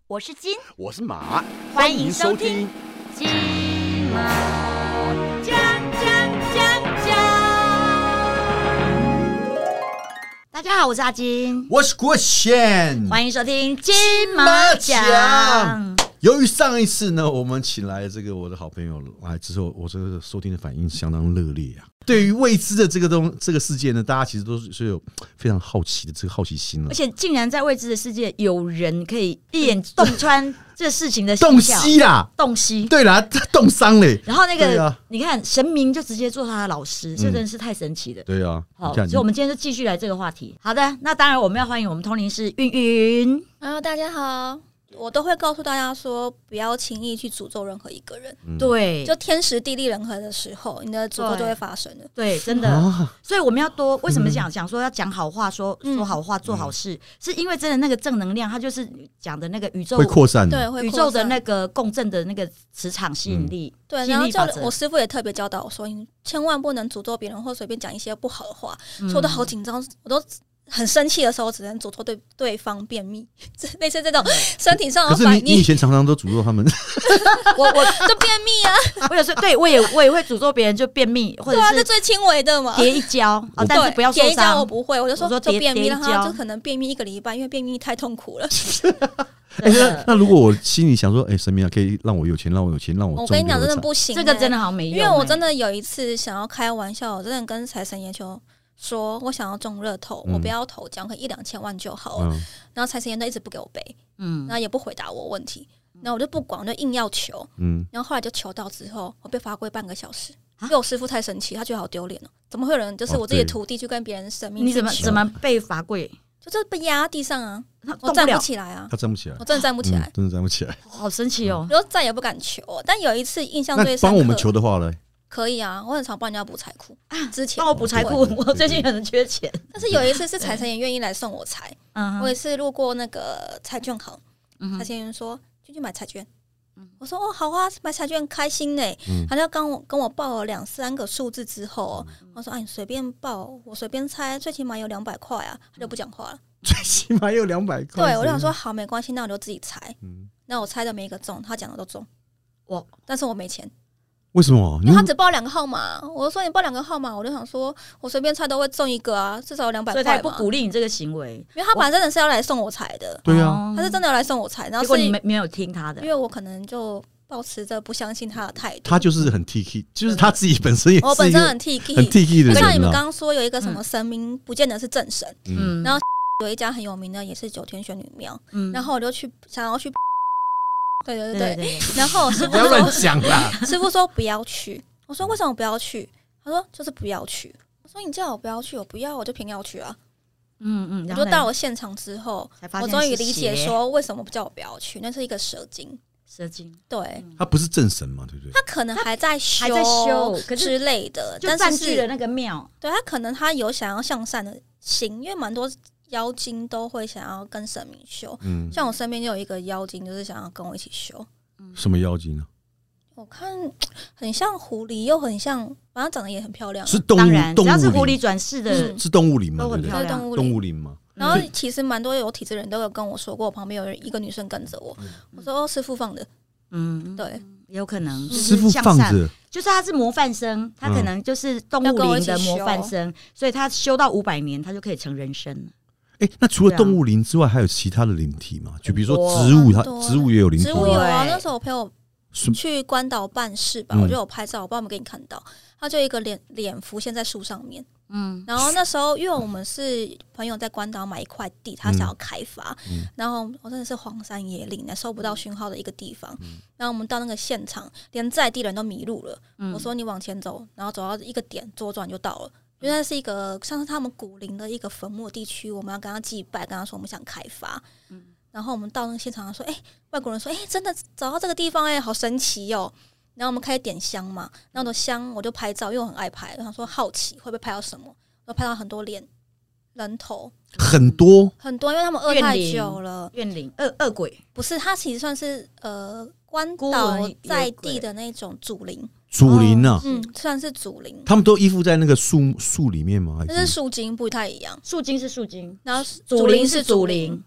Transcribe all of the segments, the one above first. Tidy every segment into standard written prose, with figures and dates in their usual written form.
我是金， 我是马， 欢迎收听金马奖。大家好，我是阿金， 我是国贤， 欢迎收听金马奖。 由于上一次呢，我们请来这个我的好朋友来之后，我这个收听的反应相当热烈啊。对于未知的这个世界呢，大家其实都是有非常好奇的这个好奇心了。 而且竟然在未知的世界，有人可以一眼洞穿这个事情的洞悉啦， 洞悉， 对啦，洞伤嘞。 然后那个，你看神明就直接做他的老师，这真的是太神奇了。 对啊， 好，所以我们今天就继续来这个话题。好的，那当然我们要欢迎我们通灵师韵韵。 大家好。我都会告诉大家说，不要轻易去诅咒任何一个人。 对， 就天时地利人和的时候，你的诅咒就会发生了。 对，真的。所以我们要多为什么讲说要讲好话，说好话，做好事，是因为真的那个正能量，它就是讲的那个宇宙会扩散， 对，会宇宙的那个共振的那个磁场吸引力。 对，然后我师父也特别教导我说，你千万不能诅咒别人，或随便讲一些不好的话。所以我都好紧张，我都。很生气的时候，只能诅咒对方便秘，类似这种身体上的反应。 可是你以前常常都诅咒他们， 我就便秘啊！ 我有时候对我也会诅咒别人就便秘，或者是这最轻微的嘛， 跌一跤，但是不要受伤。 跌一跤我不会，我就说就便秘，让他就可能便秘1个礼拜，因为便秘太痛苦了。 那如果我心里想说，神明啊，可以让我有钱，让我有钱，让我跟你讲，真的不行， 这个真的好没用。 因为我真的有一次想要开玩笑，我真的跟财神爷求。说我想要中乐透，我不要投奖，可以1-2千万就好了。然后财神爷都一直不给我背，然后也不回答我问题，然后我就不管，我就硬要求。然后后来就求到之后，我被罚跪半个小时，因为我师父太生气，他觉得好丢脸哦，怎么会有人就是我自己的徒弟去跟别人神明？ 你怎么被罚跪？ 就是被压在地上啊，我站不起来啊， 他站不起来， 我真的站不起来， 真的站不起来， 好生气哦！ 我就再也不敢求。但有一次印象最深刻， 帮我们求的话呢？ 可以啊，我很常帮人家补财库啊。之前帮我补财库，我最近很缺钱。 但是有一次是财神爷愿意来送我财，我也是路过那个彩券行，财神爷说就去买彩券，我说哦好啊，买彩券开心呢。他就跟我报了2-3个数字之后，我说你随便报，我随便猜，最起码有200块啊，他就不讲话了。 最起码有200块。 对，我就想说好没关系，那我就自己猜。那我猜的每一个中，他讲的都中，但是我没钱。 为什么？ 因为他只报2个号码，我就说你报2个号码，我就想说我随便猜都会中1个啊，至少有200块。 所以他也不鼓励你这个行为， 因为他本来真的是要来送我财的。 对啊， 他是真的要来送我财，然后结果你没有听他的， 因为我可能就抱持着不相信他的态度。 他就是很 T K， 就是他自己本身也是我本身很 T K， 很 T K 的人。 就像你们刚刚说有一个什么神明，不见得是正神，然后有一家很有名的也是9天玄女庙，然后我就想要去。对，然后师傅说不要乱讲啦。 师傅说不要去。我说为什么不要去？他说就是不要去。我说你叫我不要去，我不要，我就偏要去啊。我就到了现场之后，我终于理解说为什么不叫我不要去，那是一个蛇精。对， 他不是正神嘛，对不对？ 他可能还在修之类的， 就占据了那个庙。 对，他可能他有想要向善的心，因为蛮多妖精都会想要跟神明修。像我身边就有一个妖精，就是想要跟我一起修。 什么妖精呢？ 我看很像狐狸，又很像，反正长得也很漂亮。 是动物， 当然只要是狐狸转世的， 是动物灵吗？ 都很漂亮。 动物灵吗？ 然后其实蛮多有体质的人都有跟我说过，我旁边有一个女生跟着我，我说师父放的，对， 有可能师父放着， 就是他是模范生，他可能就是动物灵的模范生，所以他修到500年，他就可以成人身了。 那除了动物灵之外，还有其他的灵体吗？就比如说植物，它植物也有灵体。 植物有啊，那时候我陪我去关岛办事吧，我就有拍照，我不知道有没有给你看到，他就一个脸浮现在树上面。然后那时候因为我们是朋友在关岛买一块地，他想要开发，然后我真的是荒山野岭收不到讯号的一个地方，然后我们到那个现场，连在地人都迷路了。我说你往前走，然后走到一个点左转就到了。因为那是一个像是他们古灵的一个坟墓地区，我们要跟他祭拜，跟他说我们想开发。然后我们到那个现场说，外国人说，真的找到这个地方，好神奇哦。然后我们开始点香嘛，然后香我就拍照，因为我很爱拍，我想说好奇会不会拍到什么，我拍到很多人头， 很多， 因为他们饿太久了。 怨灵、恶鬼不是，它其实算是关岛在地的那种祖灵。 祖灵啊， 算是祖灵。 他们都依附在那个树里面吗？ 那是树精不太一样， 树精是树精， 然后祖灵是祖灵。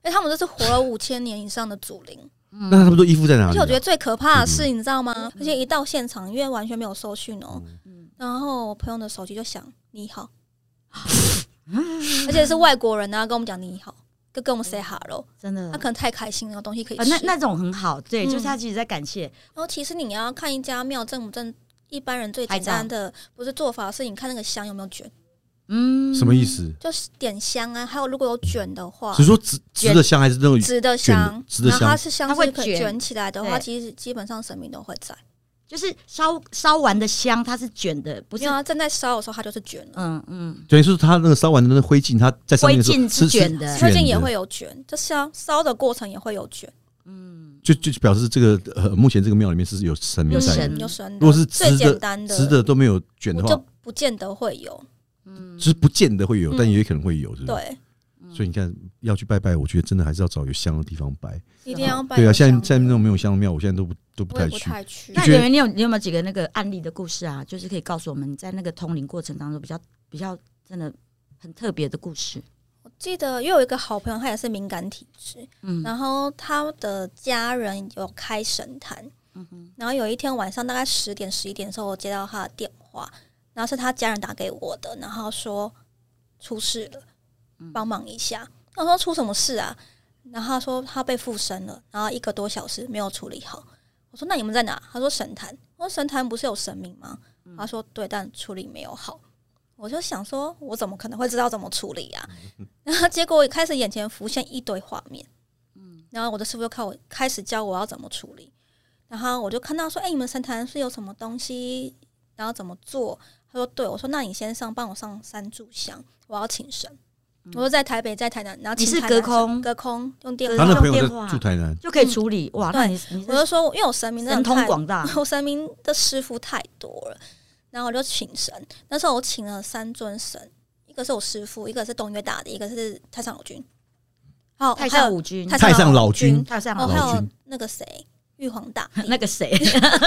因为他们都是活了5000年以上的祖灵。 那他们都依附在哪里？ 而且我觉得最可怕的是，你知道吗？而且一到现场，因为完全没有收讯哦，然后我朋友的手机就响你好，而且是外国人啊，跟我们讲你好，跟我们 say hello， 真的， 他可能太开心了，有东西可以吃。 那种很好，对，就是他其实在感谢。 然后其实你要看一家庙正不正，一般人最简单的不是做法，是你看那个香有没有卷。 什么意思？ 就是点香啊，还有如果有卷的话， 是说直的香还是那种直的香？ 直的香， 然后它是香会卷起来的话，其实基本上神明都会在。 就是烧完的香，它是卷的，不是它正在烧的时候，它就是卷了。 等于说它那个烧完的那个灰烬，它在上面的时候灰烬是卷的， 灰烬也会有卷，就烧的过程也会有卷。 就表示这个目前这个庙里面是有神明在的， 有神的。 如果是最简单的直的都没有卷的话， 就不见得会有。 就是不见得会有，但也可能会有，是不是？ 对。 所以你看，要去拜拜，我觉得真的还是要找有香的地方拜， 一定要拜。 对啊，现在那种没有香的庙，我现在都不太去。 那你有没有几个那个案例的故事啊？就是可以告诉我们，在那个通灵过程当中比较真的很特别的故事。 我记得又有一个好朋友，他也是敏感体质，然后他的家人有开神坛，然后有一天晚上大概10点11点的时候，我接到他的电话。然后是他家人打给我的，然后说出事了，帮忙一下。我说出什么事啊？然后他说他被附身了，然后1个多小时没有处理好。我说那你们在哪？他说神坛。我说神坛不是有神明吗？他说对，但处理没有好。我就想说，我怎么可能会知道怎么处理啊？然后结果我开始眼前浮现一堆画面，然后我的师傅就开始教我要怎么处理。然后我就看到说，你们神坛是有什么东西，然后怎么做？他说对，我说那你先帮我上3炷香，我要请神。我说在台北，在台南，然后你是隔空用电话， 他那朋友在住台南就可以处理。哇，那你我就说，因为我神明神通广大， 我神明的师傅太多了，然后我就请神。那时候我请了3尊神，一个是我师傅，一个是东岳大帝，一个是太上老君，好， 太上五君， 太上老君， 太上老君， 还有那个谁，玉皇大帝， 那个谁。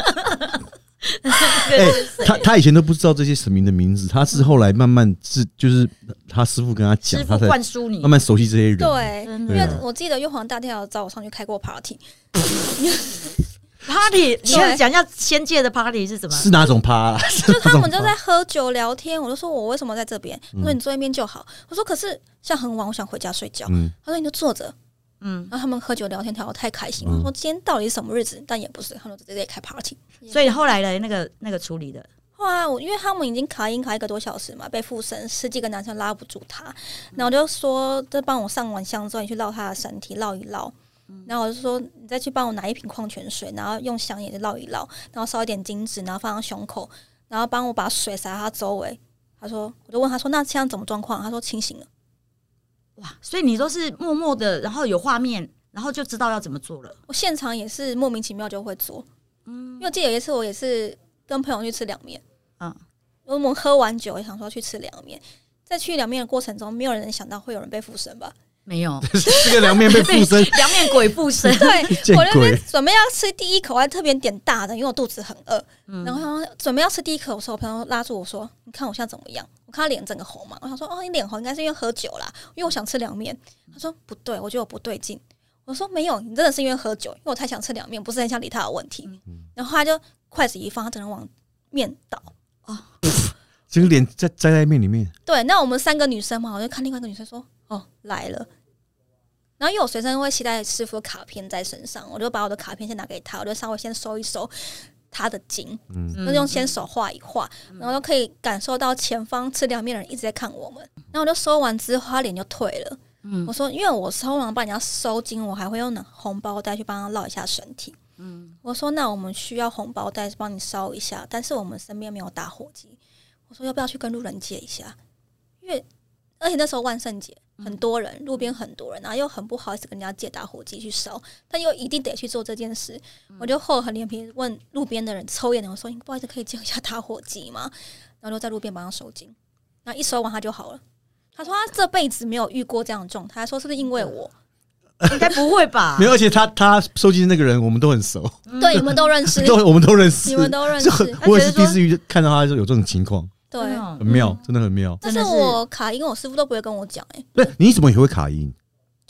他以前都不知道这些神明的名字，他是后来慢慢就是他师傅跟他讲，他才灌输你， 慢慢熟悉这些人。 对，因为我记得玉皇大帝有找我上去开过 party。 party， 你要讲一下仙界的 party 是什么？ 是哪种趴？ 就他们就在喝酒聊天，我就说我为什么在这边？他说你坐一边就好。我说可是像很晚，我想回家睡觉。他说你就坐着。然后他们喝酒聊天聊得太开心了。我说今天到底是什么日子？但也不是，他们直接开 party。 所以后来的那个处理的， 后来因为他们已经卡1个多小时嘛，被附身10几个男生拉不住他，然后我就说再帮我上完香之后，你去绕他的身体绕一绕。然后我就说你再去帮我拿一瓶矿泉水，然后用香也绕一绕，然后烧一点金纸，然后放到胸口，然后帮我把水洒他周围。他说，我就问他说那现在怎么状况？他说清醒了。 哇，所以你都是默默的，然后有画面，然后就知道要怎么做了。 我现场也是莫名其妙就会做，因为我记得有一次我也是跟朋友去吃凉面，我们喝完酒也想说去吃凉面，在去凉面的过程中，没有人想到会有人被附身吧？ 没有， 这个凉面被附身， 凉面鬼附身。 对，我那边准备要吃第一口，还特别点大的，因为我肚子很饿。然后准备要吃第一口的时候，我朋友拉住我说：“你看我现在怎么样？”我看他脸整个红嘛，我想说：“哦，你脸红应该是因为喝酒啦，因为我想吃凉面。”他说：“不对，我觉得我不对劲。”我说：“没有，你真的是因为喝酒，因为我太想吃凉面，不是很想理他的问题。”然后他就筷子一放，他只能往面倒这个脸在面里面。 对，那我们3个女生嘛，我就看另外一个女生说：“哦，来了。”然后因为我随身会携带师傅的卡片在身上，我就把我的卡片先拿给他，我就稍微先收一收他的筋，就用先手画一画，然后就可以感受到前方吃凉面的人一直在看我们。然后我就收完之后，他脸就退了。我说，因为我收完帮人家收筋，我还会用红包袋去帮他绕一下身体。我说，那我们需要红包袋帮你烧一下，但是我们身边没有打火机。我说，要不要去跟路人借一下？因为而且那时候万圣节。很多人，路边很多人，然后又很不好意思跟人家借打火机去烧，但又一定得去做这件事。我就厚着脸皮问路边的人抽烟的，我说：“不好意思，可以借一下打火机吗？”然后就在路边帮他收筋，然后一收完他就好了。他说他这辈子没有遇过这样的状态，他说是不是因为我？ 应该不会吧？ 没有，而且他收筋的那个人我们都很熟， 对，你们都认识， 我们都认识， 你们都认识。 我也是第一次看到他有这种情况。 对， 很妙，真的很妙。 但是我卡音，我师傅都不会跟我讲。 对，你怎么也会卡音？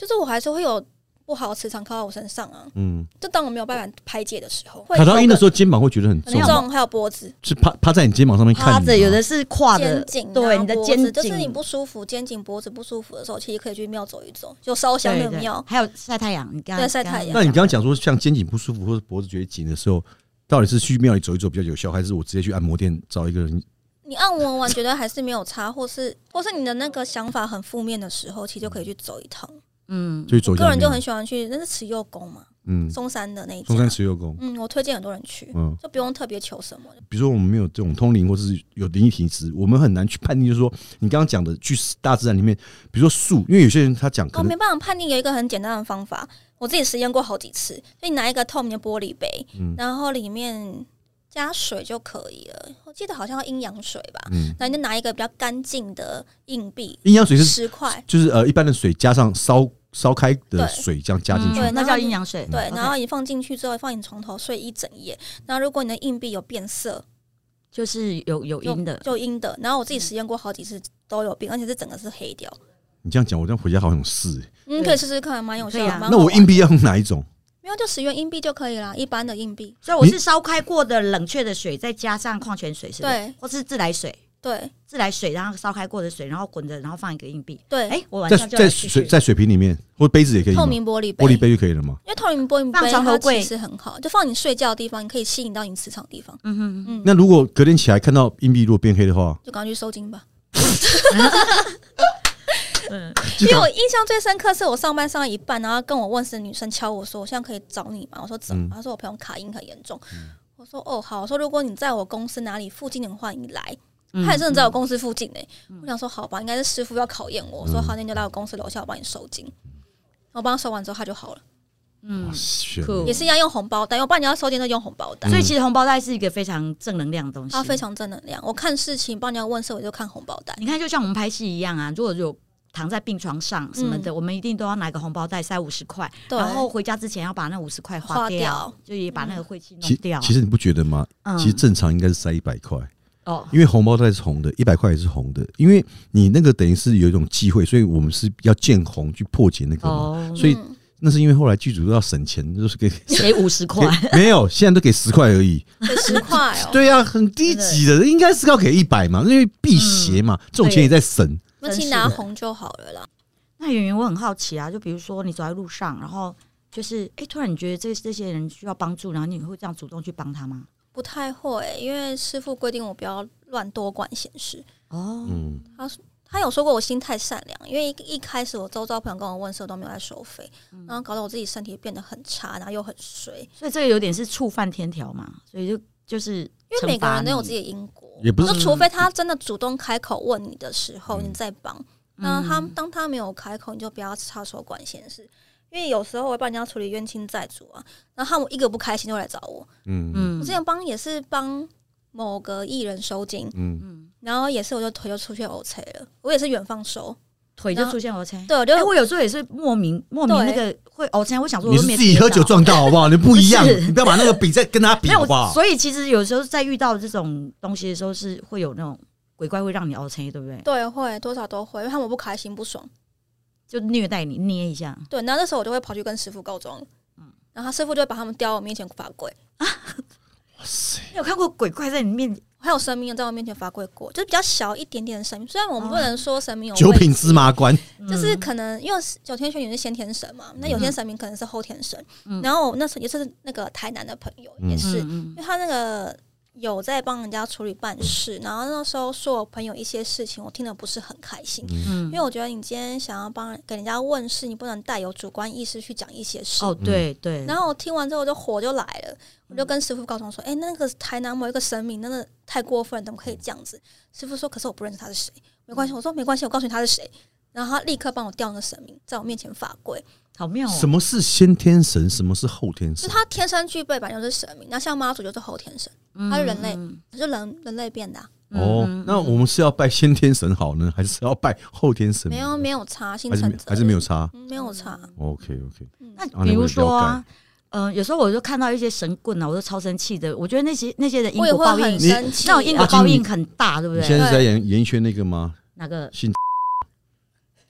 就是我还是会有不好的磁场靠到我身上啊。就当我没有办法排解的时候， 卡到阴的时候，肩膀会觉得很重， 还有脖子， 是趴在你肩膀上面看你。 趴着，有的是跨的肩颈， 对，你的肩颈， 就是你不舒服，肩颈、脖子不舒服的时候，其实可以去庙走一走，就烧香的庙， 还有晒太阳。你刚刚对晒太阳。 那你刚刚讲说，像肩颈不舒服或者脖子觉得紧的时候，到底是去庙里走一走比较有效，还是我直接去按摩店找一个人？ 你按摩完觉得还是没有差，或是你的那个想法很负面的时候，其实就可以去走一趟。 就走一趟。 个人就很喜欢去，那是慈幼宫嘛，松山的那一家。 松山慈幼宫， 我推荐很多人去，就不用特别求什么。 比如说我们没有这种通灵或是有灵异体质，我们很难去判定，就是说你刚刚讲的去大自然里面，比如说树，因为有些人他讲可能没办法判定，有一个很简单的方法，我自己实验过好几次，就你拿一个透明的玻璃杯，然后里面加水就可以了。我记得好像要阴阳水吧，然后你就拿一个比较干净的硬币， 阴阳水是 10块， 就是一般的水加上烧开的水这样加进去， 对，那叫阴阳水。 对，然后你放进去之后，放你床头睡一整夜。然后如果你的硬币有变色， 就是有阴的， 就阴的。然后我自己实验过好几次都有变，而且是整个是黑掉。 你这样讲，我这样回家好想试。 可以试试看，蛮有效的。 那我硬币要用哪一种？ 没有，就10元硬币就可以啦，一般的硬币。 所以我是烧开过的冷却的水，再加上矿泉水，是不是？对，或是自来水。 对， 自来水，然后烧开过的水，然后滚着，然后放一个硬币。 对， 我晚上就在水瓶里面，或杯子也可以， 透明玻璃杯就可以了吗？ 因为透明玻璃杯放床头柜其实很好，就放你睡觉的地方，你可以吸引到你磁场的地方。 那如果隔天起来看到硬币如果变黑的话， 就赶快去收金吧。因为我印象最深刻是我上班上到一半，然后跟我问事的女生敲我说：“我现在可以找你吗？”我说：“怎么？”她说：“我朋友卡音很严重。”我说：“哦，好。”我说：“如果你在我公司哪里附近的话，你来。”他也真的在我公司附近我想说好吧，应该是师傅要考验我。我说好，那你就来我公司楼下，我帮你收金。我帮他收完之后，他就好了。也是一样用红包袋，我帮你要收金都用红包袋。 所以其实红包袋是一个非常正能量的东西， 它非常正能量。我看事情，帮你要问事，我就看红包袋。 你看，就像我们拍戏一样啊，如果有躺在病床上什么的，我们一定都要拿个红包袋塞50块，然后回家之前要把那50块花掉，就也把那个晦气弄掉。 其实你不觉得吗？其实正常应该是塞100块。因为红包袋是红的，100块也是红的，因为你那个等于是有一种忌讳，所以我们是要见红去破解那个嘛。所以那是因为后来剧组都要省钱，就是给 50块， 没有，现在都给10块而已， 给10块哦。 对啊，很低级的，应该是要给100嘛，因为辟邪嘛，这种钱也在省。 那其实拿红就好了啦。 那圆圆，我很好奇啊，就比如说你走在路上，然后就是突然你觉得这些人需要帮助，然后你会这样主动去帮他吗？ 不太会，因为师父规定我不要乱多管闲事。他有说过我心态善良，因为一开始我周遭朋友跟我问事，我都没有在收费，然后搞得我自己身体变得很差，然后又很衰， 所以这个有点是触犯天条嘛，所以就是因为每个人都有自己的因果， 也不是， 就除非他真的主动开口问你的时候，你再帮。那当他没有开口，你就不要插手管闲事。因为有时候我会帮人家处理冤亲债主啊，然后他们一个不开心就会来找我。我之前也是帮某个艺人收金，然后也是我就腿就出现 OK 了，我也是远方收， 腿就出现 OK。 对， 我有时候也是莫名那个会 OK， 我想说你是自己喝酒撞到好不好？你不一样，你不要把那个比再跟他比好不好？ 所以其实有时候在遇到这种东西的时候，是会有那种鬼怪会让你 OK， 对不对？ 对，会多少都会，因为他们不开心不爽。 就虐待你，捏一下。 对，然后那时候我就会跑去跟师傅告状，然后他师傅就会把他们叼我面前罚跪。 哇塞！ 你有看过鬼怪在你面前？ 还有神明在我面前罚跪过，就是比较小一点点的神明。虽然我们不能说神明有九品芝麻官， 就是可能因为九天玄女是先天神嘛，那有些神明可能是后天神。然后那时候也是那个台南的朋友，也是因为他那个。有在帮人家处理办事，然后那时候说我朋友一些事情，我听得不是很开心，因为我觉得你今天想要给人家问事，你不能带有主观意识去讲一些事。 对对。 然后我听完之后，就火就来了，我就跟师傅告状说：“那个台南某一个神明，真的太过分了，怎么可以这样子？”师傅说：“可是我不认识他是谁。”没关系，我说没关系，我告诉你他是谁。然后他立刻帮我调那个神明，在我面前罚跪。 好妙哦！ 什么是先天神？什么是后天神？ 就他天生具备，本来就是神明。那像妈祖就是后天神，他是人类，就人类变的。 那我们是要拜先天神好呢，还是要拜后天神？ 没有差，心诚则还是没有差， 没有差。 OK。 那比如说啊，有时候我就看到一些神棍啊，我就超生气的。我觉得那些的因果报应，那种因果报应很大，对不对？ 你现在是在演艺圈那个吗？ 哪个？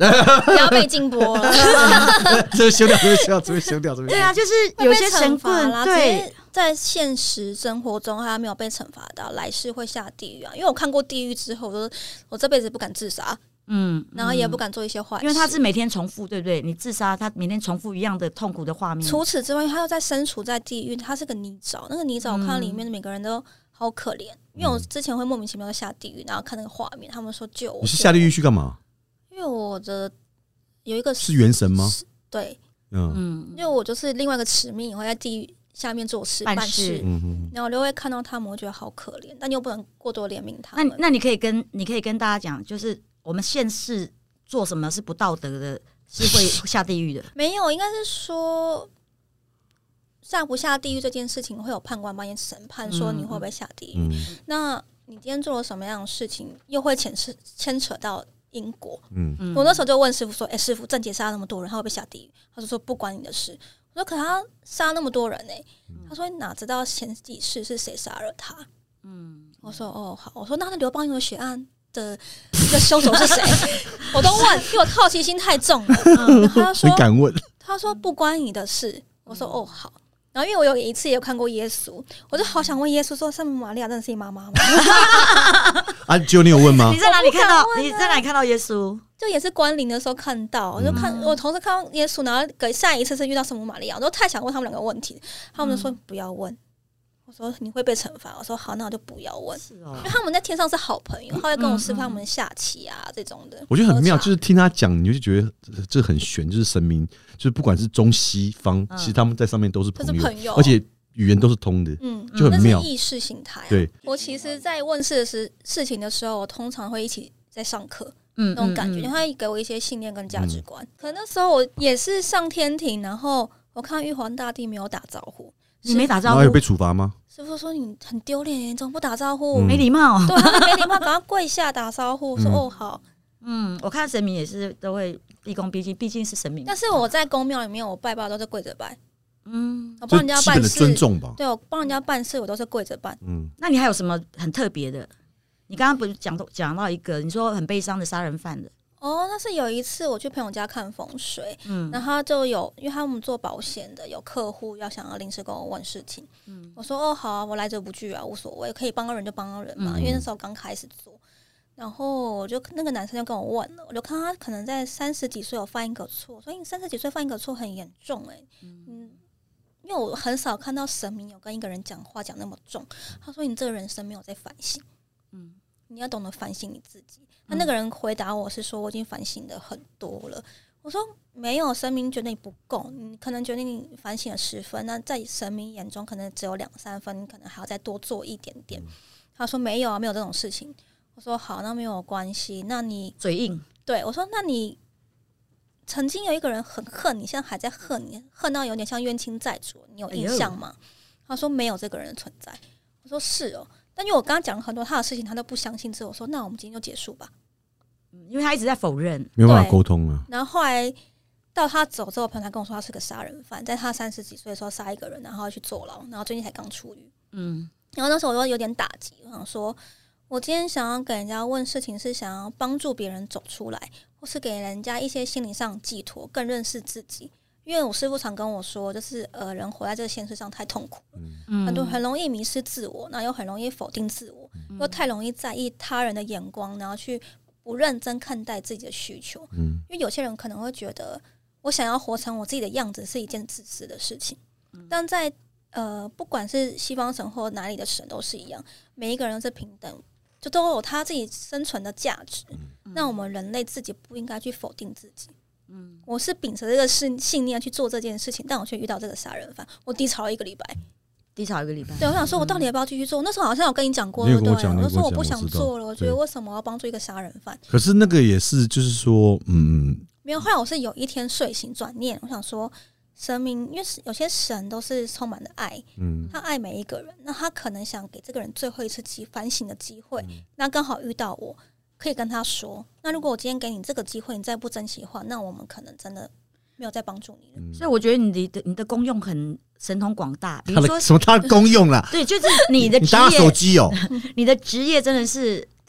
不要被禁播了。 这个修掉，这个修掉。 对啊，就是有些神棍对。 在现实生活中，他没有被惩罚到，来世会下地狱啊！因为我看过地狱之后，我这辈子不敢自杀，然后也不敢做一些坏事， 因为他是每天重复，对不对？你自杀，他每天重复一样的痛苦的画面。 除此之外，他又在身处在地狱，他是个泥沼，那个泥沼我看里面的每个人都好可怜。因为我之前会莫名其妙的下地狱，然后看那个画面，他们说救我。 你是下地狱去干嘛？ 因为我的有一个是元神吗？ 对，因为我就是另外一个使命，会在地狱下面做事办事，然后我就会看到他们，我觉得好可怜，但又不能过多怜悯他们。 那你可以跟大家讲，就是我们现世做什么是不道德的，是会下地狱的。 没有，应该是说下不下地狱这件事情，会有判官帮你审判，说你会不会下地狱。那你今天做了什么样的事情，又会牵扯到因果。我那时候就问师傅说：“师傅，郑杰杀那么多人，他会不会下地狱？”他就说：“不关你的事。”我说：“可他杀那么多人他说：“哪知道前几世是谁杀了他？”我说：“哦，好。”我说：“那刘邦有血案的一个凶手是谁？”我都问，因为我好奇心太重了。他说：“ 很敢问。” 他说：“不关你的事。”我说：“哦，好。”然后因为我有一次也有看过耶稣，我就好想问耶稣说：“圣母玛利亚真的是你妈妈吗？” 啊，只有你有问吗？ 你在哪里看到？你在哪里看到耶稣？ 就也是关灵的时候看到，我就看我同事看到耶稣，然后下一次是遇到圣母玛利亚，我都太想问他们两个问题，他们就说不要问。我说你会被惩罚，我说好，那我就不要问。因为他们在天上是好朋友，他会跟我师傅他们下棋啊这种的。 我觉得很妙，就是听他讲，你就觉得这很玄，就是神明，就是不管是中西方，其实他们在上面都是朋友，而且语言都是通的，就很妙。 那是意识形态。 对， 我其实，在问世的事情的时候，我通常会一起在上课。那种感觉，他会给我一些信念跟价值观。可能那时候我也是上天庭，然后我看玉皇大帝没有打招呼， 你没打招呼， 然后有被处罚吗？ 师傅说你很丢脸，你怎么不打招呼？ 没礼貌。 对，他没礼貌，赶快跪下打招呼。说哦好。 我看神明也是都会毕恭毕敬，毕竟是神明。 但是我在宫庙里面，我拜都是跪着拜。我帮人家办事， 基本的尊重吧。 对，我帮人家办事，我都是跪着办。 那你还有什么很特别的？你刚刚不是讲到一个，你说很悲伤的杀人犯的那是有一次我去朋友家看风水，然后他就有，因为他们做保险的，有客户想要临时跟我问事情，我说好啊，我来者不拒啊，无所谓，可以帮人就帮人嘛，因为那时候刚开始做，然后我就那个男生就跟我问了，我就看他可能在30几岁有犯一个错，所以你30几岁犯一个错很严重因为我很少看到神明有跟一个人讲话讲那么重，他说你这个人生没有在反省。你要懂得反省你自己。那个人回答我是说我已经反省的很多了。我说没有，神明觉得你不够，你可能觉得你反省了10分，那在神明眼中可能只有2-3分，你可能还要再多做一点点。他说没有啊，没有这种事情。我说好，那没有关系。那你嘴硬， 对我说，那你曾经有一个人很恨你，现在还在恨你，恨到有点像冤亲债主，你有印象吗？他说没有这个人的存在。我说是哦。但因为我刚刚讲了很多他的事情，他都不相信之后，我说那我们今天就结束吧。 因为他一直在否认， 没有办法沟通啊。 然后后来到他走之后，朋友才跟我说他是个杀人犯，在他30几岁的时候杀一个人，然后去坐牢，然后最近才刚出狱。然后那时候我就有点打击，我想说，我今天想要给人家问事情，是想要帮助别人走出来，或是给人家一些心理上寄托，更认识自己。因为我师父常跟我说，就是人活在这个现实上太痛苦了，很容易迷失自我，那又很容易否定自我，又太容易在意他人的眼光，然后去不认真看待自己的需求。因为有些人可能会觉得，我想要活成我自己的样子是一件自私的事情，但在不管是西方神或哪里的神都是一样，每一个人都是平等，就都有他自己生存的价值。那我们人类自己不应该去否定自己。我是秉持这个信念去做这件事情，但我却遇到这个杀人犯，我低潮了1个礼拜。 低潮1个礼拜， 对，我想说，我到底要不要继续做？那时候好像有跟你讲过，对不对？我说我不想做了，我觉得为什么要帮助一个杀人犯？ 可是那个也是，就是说， 没有。后来我是有一天睡醒转念，我想说，神明，因为有些神都是充满了爱，他爱每一个人，那他可能想给这个人最后一次反省的机会，那刚好遇到我。可以跟他说，那如果我今天给你这个机会，你再不珍惜的话，那我们可能真的没有再帮助你了。 所以我觉得你的功用很神通广大。 比如说什么他的功用啦？ 对，就是你的职业， 你打手机哦， 你的职业真的是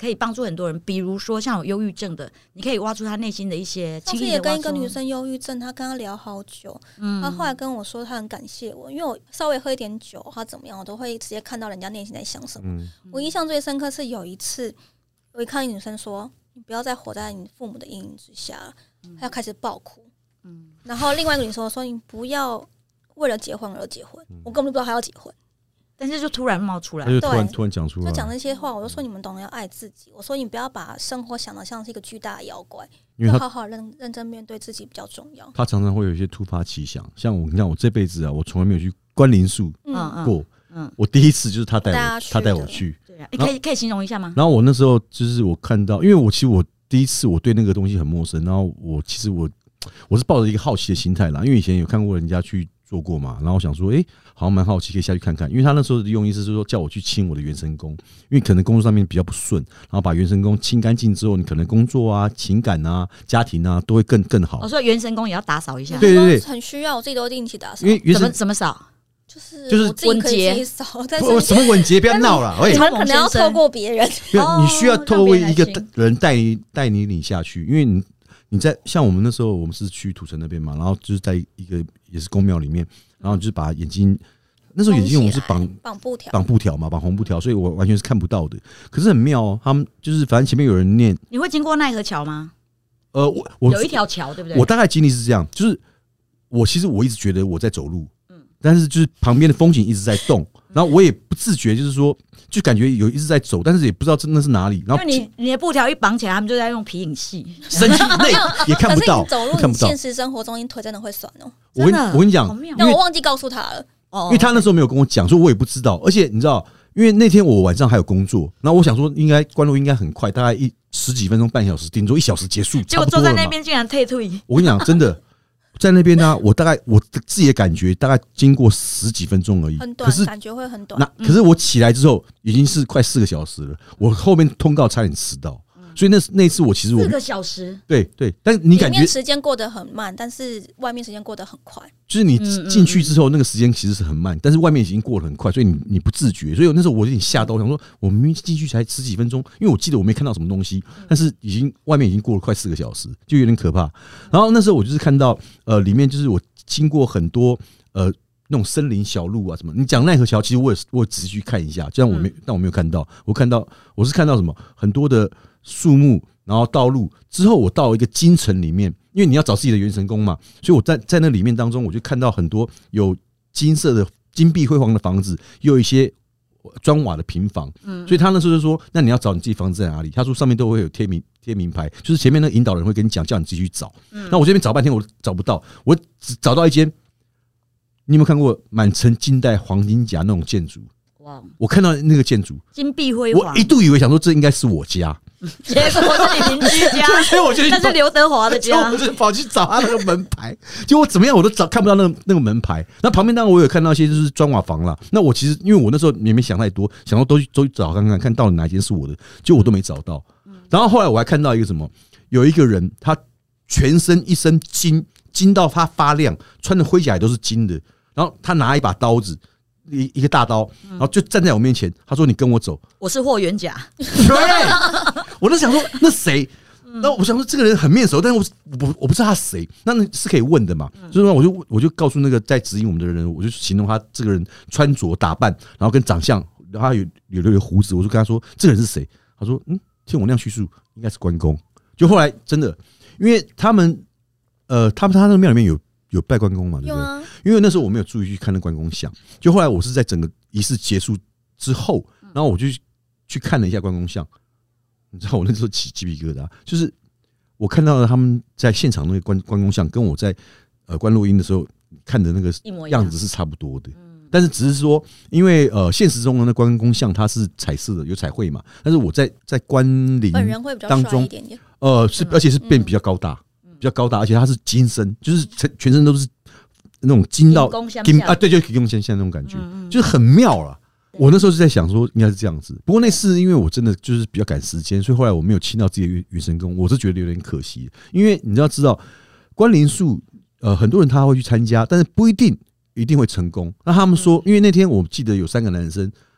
可以帮助很多人。比如说像有忧郁症的，你可以挖出他内心的一些情绪。 上次也跟一个女生忧郁症，她跟她聊好久，她后来跟我说她很感谢我，因为我稍微喝一点酒，她怎么样，我都会直接看到人家内心在想什么。我印象最深刻是有一次，我一看女生说：“你不要再活在你父母的阴影之下了。”她要开始爆哭。然后另外一个女生说：“你不要为了结婚而结婚。”我根本就不知道她要结婚。 但是就突然冒出来， 他就突然讲出来， 就讲那些话。我就说你们懂得要爱自己。我说你不要把生活想得像是一个巨大的妖怪，要好好认真面对自己比较重要。 他常常会有一些突发奇想，像我，你看我这辈子啊，我从来没有去关林树过。我第一次就是他带我去。 对啊，可以形容一下吗？ 然后我那时候就是我看到，因为其实我第一次我对那个东西很陌生，然后其实我是抱着一个好奇的心态啦，因为以前有看过人家去做过嘛，然后我想说，好像蛮好奇，可以下去看看。因为他那时候的用意是说叫我去清我的元神宫，因为可能工作上面比较不顺，然后把元神宫清干净之后，你可能工作啊、情感啊、家庭啊都会更好。 所以元神宫也要打扫一下。 对对对， 很需要，我自己都定期打扫。 因为怎么扫？ 就是我自己可以自己扫，但是什么稳洁，不要闹了。 你们可能要透过别人， 你需要透过一个人带你下去，因为你在像我们那时候，我们是去土城那边嘛，然后就是在一个也是宫庙里面，然后就是把眼睛，那时候眼睛我们是绑布条嘛，绑红布条，所以我完全是看不到的。可是很妙哦，他们就是反正前面有人念。 你会经过奈何桥吗？ 我有一条桥，对不对？ 我大概经历是这样，就是其实我一直觉得我在走路，但是就是旁边的风景一直在动，然后我也不自觉，就是说，就感觉有一直在走，但是也不知道真的是哪里。然后你的布条一绑起来，他们就在用皮影戏， 神经内也看不到。 可是你走路，你现实生活中，你腿真的会酸哦。 我跟你讲， 那我忘记告诉他了， 因为他那时候没有跟我讲，所以我也不知道。而且你知道，因为那天我晚上还有工作，然后我想说，关路应该很快，大概10几分钟、半小时，顶多1小时结束， 结果坐在那边竟然退。 我跟你讲，真的。在那边呢，我大概我自己的感觉大概经过10几分钟而已， 很短，可是感觉会很短。 可是我起来之后已经是快4个小时了，我后面通告差点迟到，所以那次我其实4 个小时， 对，但是你感觉里面时间过得很慢，但是外面时间过得很快。 就是你进去之后，那个时间其实是很慢，但是外面已经过得很快，所以你不自觉。所以那时候我有点吓到，我想说我明明进去才10几分钟，因为我记得我没看到什么东西，但是外面已经过了快4个小时，就有点可怕。然后那时候我就是看到里面就是我经过很多那种森林小路啊什么。你讲奈何桥，其实我有仔细去看一下，但我没有看到。我是看到什么很多的树木，然后道路之后，我到一个京城里面，因为你要找自己的元神宫嘛，所以我在那里面当中，我就看到很多有金色的金碧辉煌的房子，又有一些砖瓦的平房。所以他那时候就说，那你要找你自己房子在哪里？他说上面都会有贴名牌，就是前面那个引导人会跟你讲，叫你自己去找。那我这边找半天，我找不到，我只找到一间。你有没有看过满城尽带黄金甲那种建筑？哇！我看到那个建筑金碧辉煌， 我一度以为想说这应该是我家， 结果是你邻居家，那是刘德华的家。 我就跑去找他那个门牌，结果怎么样我都看不到那个门牌。那旁边当然我有看到一些就是砖瓦房啦。那我其实因为我那时候也没想太多，想说都去找看到底哪间是我的，结果我都没找到。然后后来我还看到一个什么，有一个人他全身一身金到他发亮，穿的盔甲也都是金的，然后他拿一把刀子。一个大刀，然后就站在我面前，他说：“你跟我走。”我是霍元甲。 对，我都想说那谁？那我想说这个人很面熟，但是我不知道他谁，那是可以问的嘛？所以我就告诉那个在指引我们的人，我就形容他这个人穿着打扮，然后跟长相，然后他有胡子，我就跟他说这个人是谁？他说：“听我那样叙述，应该是关公。”就后来真的，因为他那个庙里面有拜关公嘛，对不对？因为那时候我没有注意去看那关公像，就后来我是在整个仪式结束之后，然后我就去看了一下关公像，你知道我那时候起鸡皮疙瘩，就是我看到了他们在现场那个关公像，跟我在观落阴的时候看的那个样子是差不多的，但是只是说，因为现实中的那关公像它是彩色的，有彩绘嘛，但是我在关灵本人会比较当中，而且是变比较高大。比较高大，而且他是金身，就是全身都是那种金到金啊，对，就金光相向那种感觉，就是很妙了。我那时候是在想说应该是这样子，不过那次因为我真的就是比较赶时间，所以后来我没有亲到自己的元神宫，我是觉得有点可惜。因为你要知道，关灵术很多人他会去参加，但是不一定会成功。那他们说，因为那天我记得有3个男生，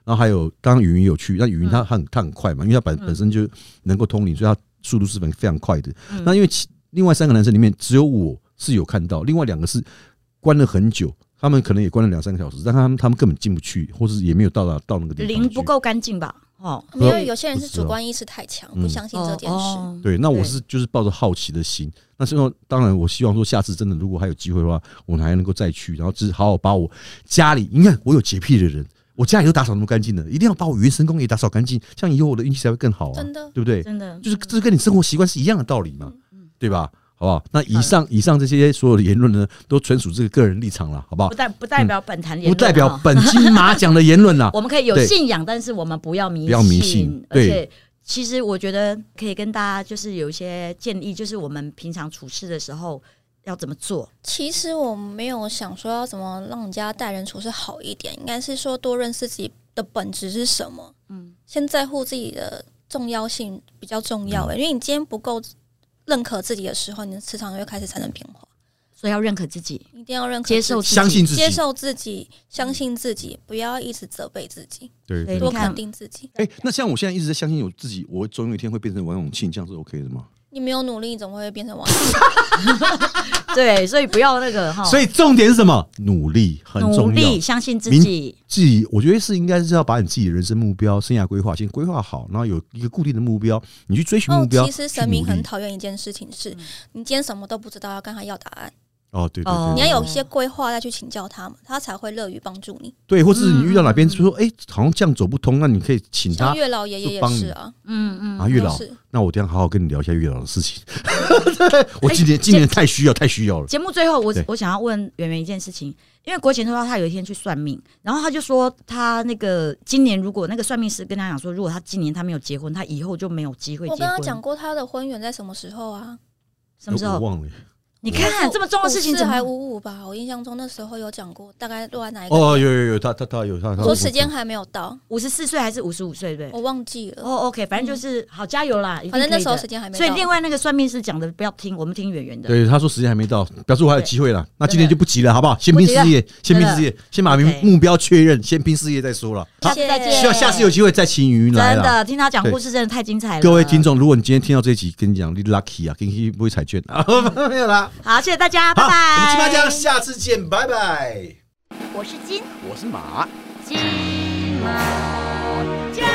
然后还有刚刚云有去，那云它很快嘛，因为它本身就能够通灵，所以它速度是非常快的。那因为另外3个男生里面只有我是有看到，另外2个是关了很久。他们可能也关了2-3个小时，但他们根本进不去，或是也没有到那个地方。 灵不够干净吧？ 没有，有些人是主观意识太强，不相信这件事。 对，那我是就是抱着好奇的心。那时候当然，我希望说下次真的如果还有机会的话，我还能够再去，然后只好好把我家里，你看我有洁癖的人，我家里都打扫那么干净的，一定要把我原生宫也打扫干净，这样以后我的运气才会更好啊， 真的， 对不对？ 真的， 就是这跟你生活习惯是一样的道理嘛，对吧？好不好？那以上这些所有的言论呢，都纯属这个个人立场了，好不好？ 不代表本坛言论， 不代表本金马奖的言论啦。 我们可以有信仰，但是我们不要迷信。 不要迷信。 而且，其实我觉得可以跟大家就是有一些建议，就是我们平常处事的时候要怎么做。 其实我没有想说要怎么让人家待人处事好一点，应该是说多认识自己的本质是什么。先在乎自己的重要性比较重要。因为你今天不够认可自己的时候，你的磁场就会开始产生变化。 所以要认可自己， 一定要认可、 接受自己、 相信自己、 接受自己、相信自己，不要一直责备自己， 对， 多肯定自己。 那像我现在一直在相信我自己，我总有一天会变成王永庆，这样是 OK 的吗？ 你没有努力，你怎么会变成王永庆？ 对，所以不要那个哈。 所以重点是什么？努力很重要， 努力相信自己。 我觉得应该是要把你自己的人生目标、生涯规划先规划好，然后有一个固定的目标，你去追寻目标。 其实神明很讨厌一件事情是，你今天什么都不知道，要跟他要答案。 对， 你要有一些规划再去请教他们，他才会乐于帮助你。 对，或是你遇到哪边说好像这样走不通，那你可以请他。 像月老爷爷也是啊， 月老，那我等一下好好跟你聊一下月老的事情。我今年太需要了。 节目最后我想要问圆圆一件事情，因为国贤说他有一天去算命，然后他就说他那个今年如果那个算命师跟他讲说，如果他今年他没有结婚，他以后就没有机会结婚。 我跟他讲过他的婚缘在什么时候啊？ 什么时候？ 我忘了。 你看这么重的事情， 54还55吧？我印象中那时候有讲过，大概落在哪一个？ 有，他有他说时间还没有到 ，54岁还是55岁？对， 我忘记了。 OK， 反正就是好加油啦！ 反正那时候时间还没到。 所以另外那个算命师讲的不要听，我们听圆圆的。 对，他说时间还没到，表示我还有机会啦。那今天就不急了，好不好？先拼事业，先把目标确认，先拼事业再说了。 下次再见， 希望下次有机会再请云来了。 真的，听他讲故事真的太精彩了。 各位听众，如果你今天听到这一集，跟你讲你 lucky 啊，跟你不会彩券啊，没有啦。 好，谢谢大家。 好， 拜拜。 我们金马奖下次见，拜拜。 我是金， 我是马， 金马奖。